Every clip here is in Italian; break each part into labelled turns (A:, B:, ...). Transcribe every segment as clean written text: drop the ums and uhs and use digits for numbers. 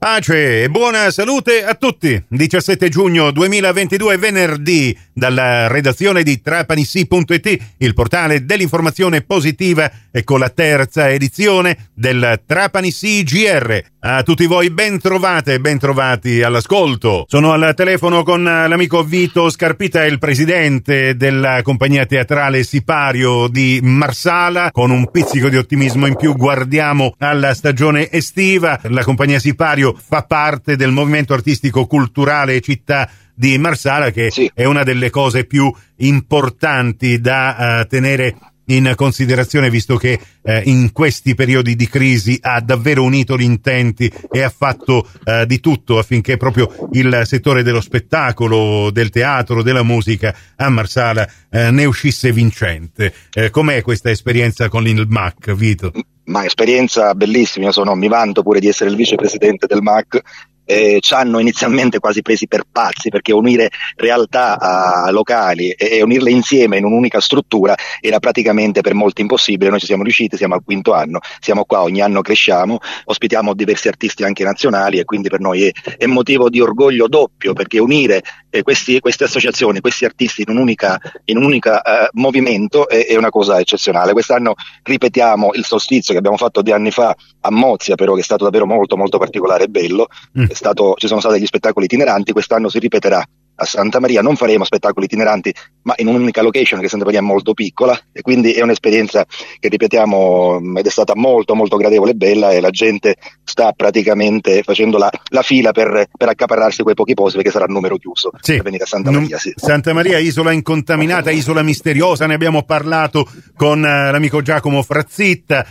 A: Pace e buona salute a tutti. 17 giugno 2022, venerdì, dalla redazione di Trapanissi.it, il portale dell'informazione positiva, e con la terza edizione del Trapanissi GR. A tutti voi ben trovati all'ascolto. Sono al telefono con l'amico Vito Scarpita, il presidente della compagnia teatrale Sipario di Marsala. Con un pizzico di ottimismo in più guardiamo alla stagione estiva. La compagnia Sipario fa parte del movimento artistico culturale città di Marsala, che sì, è una delle cose più importanti da tenere in considerazione, visto che in questi periodi di crisi ha davvero unito gli intenti e ha fatto di tutto affinché proprio il settore dello spettacolo, del teatro, della musica a Marsala ne uscisse vincente. Com'è questa esperienza con il MAC, Vito?
B: Ma esperienza bellissima, mi vanto pure di essere il vicepresidente del MAC. Ci hanno inizialmente quasi presi per pazzi, perché unire realtà locali e unirle insieme in un'unica struttura era praticamente per molti impossibile. Noi ci siamo riusciti, siamo al 5º anno, siamo qua, ogni anno cresciamo, ospitiamo diversi artisti anche nazionali, e quindi per noi è motivo di orgoglio doppio, perché unire queste associazioni, questi artisti in un'unica movimento è una cosa eccezionale. Quest'anno ripetiamo il solstizio che abbiamo fatto 2 anni fa a Mozia, però, che è stato davvero molto molto particolare e bello. Ci sono stati gli spettacoli itineranti, quest'anno si ripeterà a Santa Maria. Non faremo spettacoli itineranti, ma in un'unica location, che Santa Maria è molto piccola, e quindi è un'esperienza che ripetiamo, ed è stata molto molto gradevole e bella, e la gente sta praticamente facendo la fila per accaparrarsi quei pochi posti, perché sarà il numero chiuso per venire a Santa Maria. Sì.
A: Santa Maria, isola incontaminata, isola misteriosa, ne abbiamo parlato con l'amico Giacomo Frazzitta,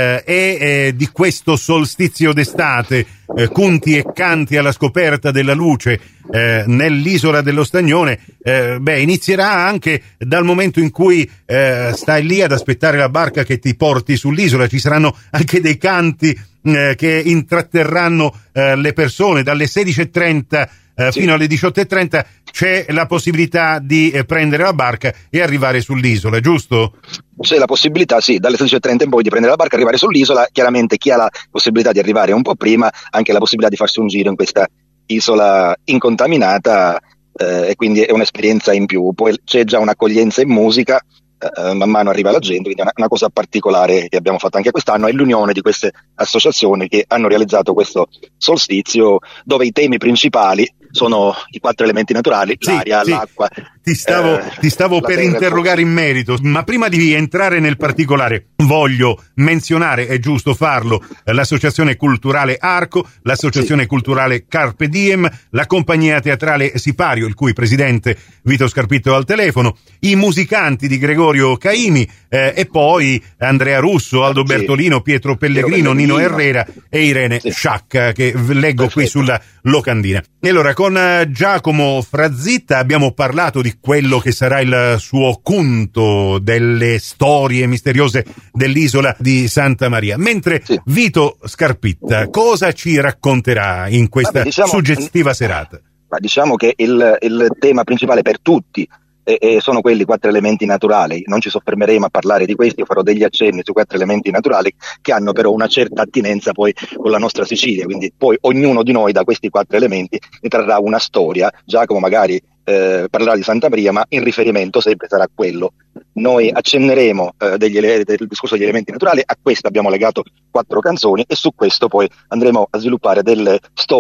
A: e di questo solstizio d'estate, cunti e canti alla scoperta della luce nell'isola dello Stagnone. Inizierà anche dal momento in cui stai lì ad aspettare la barca che ti porti sull'isola. Ci saranno anche dei canti che intratterranno le persone dalle 16:30 fino alle 18:30. C'è la possibilità di prendere la barca e arrivare sull'isola, giusto?
B: C'è la possibilità, sì, dalle 16:30 in poi di prendere la barca e arrivare sull'isola. Chiaramente chi ha la possibilità di arrivare un po' prima, anche la possibilità di farsi un giro in questa isola incontaminata, e quindi è un'esperienza in più. Poi c'è già un'accoglienza in musica, man mano arriva la gente, quindi è una cosa particolare che abbiamo fatto anche quest'anno, è l'unione di queste associazioni che hanno realizzato questo solstizio, dove i temi principali sono i 4 elementi naturali, l'aria, l'acqua.
A: Ti stavo per interrogare in merito, ma prima di entrare nel particolare voglio menzionare, è giusto farlo, l'associazione culturale Arco, l'associazione culturale Carpe Diem, la compagnia teatrale Sipario, il cui presidente Vito Scarpito è al telefono, i musicanti di Gregorio Caimi, e poi Andrea Russo, Aldo Bertolino, Pietro Pellegrino, Nino Herrera e Irene Sciacca, che leggo qui sulla locandina. E allora, con Giacomo Frazzitta abbiamo parlato di quello che sarà il suo conto delle storie misteriose dell'isola di Santa Maria, mentre Vito Scarpitta cosa ci racconterà in questa suggestiva serata?
B: Diciamo che il tema principale per tutti sono quelli 4 elementi naturali. Non ci soffermeremo a parlare di questi, io farò degli accenni sui 4 elementi naturali, che hanno però una certa attinenza poi con la nostra Sicilia, quindi poi ognuno di noi da questi 4 elementi ne trarrà una storia. Giacomo magari parlerà di Santa Maria, ma in riferimento sempre sarà quello. Noi accenneremo del discorso degli elementi naturali, a questo abbiamo legato 4 canzoni, e su questo poi andremo a sviluppare delle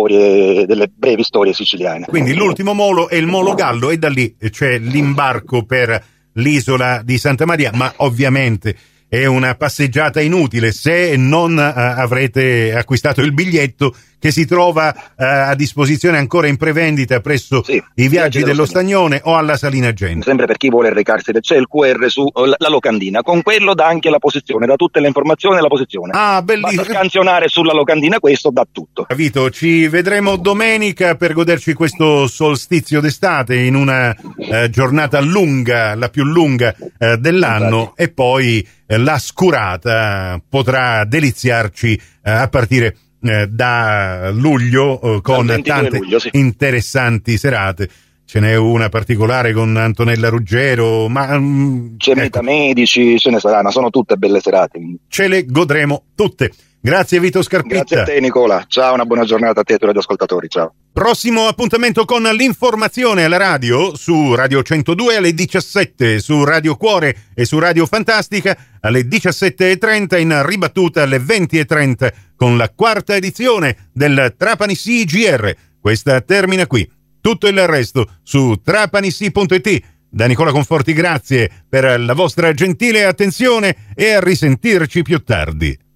B: brevi storie siciliane.
A: Quindi l'ultimo molo è il Molo Gallo, e da lì c'è l'imbarco per l'isola di Santa Maria, ma ovviamente è una passeggiata inutile se non avrete acquistato il biglietto, che si trova a disposizione ancora in prevendita presso i Viaggi dello Stagnone o alla Salina Gente.
B: Sempre per chi vuole recarsi, c'è il QR su la locandina, con quello dà anche la posizione, dà tutte le informazioni e la posizione.
A: Bellissimo.
B: Basta scansionare sulla locandina, questo dà tutto.
A: Vito, ci vedremo domenica per goderci questo solstizio d'estate in una giornata lunga, la più lunga dell'anno, e poi la scurata potrà deliziarci a partire da luglio, con tante interessanti serate. Ce n'è una particolare con Antonella Ruggero, ma
B: c'è Metamedici, ce ne saranno, sono tutte belle serate.
A: Ce le godremo tutte. Grazie Vito Scarpitta.
B: Grazie a te Nicola, ciao, una buona giornata a te e ai tuoi radioascoltatori, ciao.
A: Prossimo appuntamento con l'informazione alla radio, su Radio 102 alle 17, su Radio Cuore e su Radio Fantastica alle 17.30, in ribattuta alle 20.30 con la quarta edizione del Trapani CGR. Questa termina qui. Tutto il resto su trapanissi.it. Da Nicola Conforti grazie per la vostra gentile attenzione e a risentirci più tardi.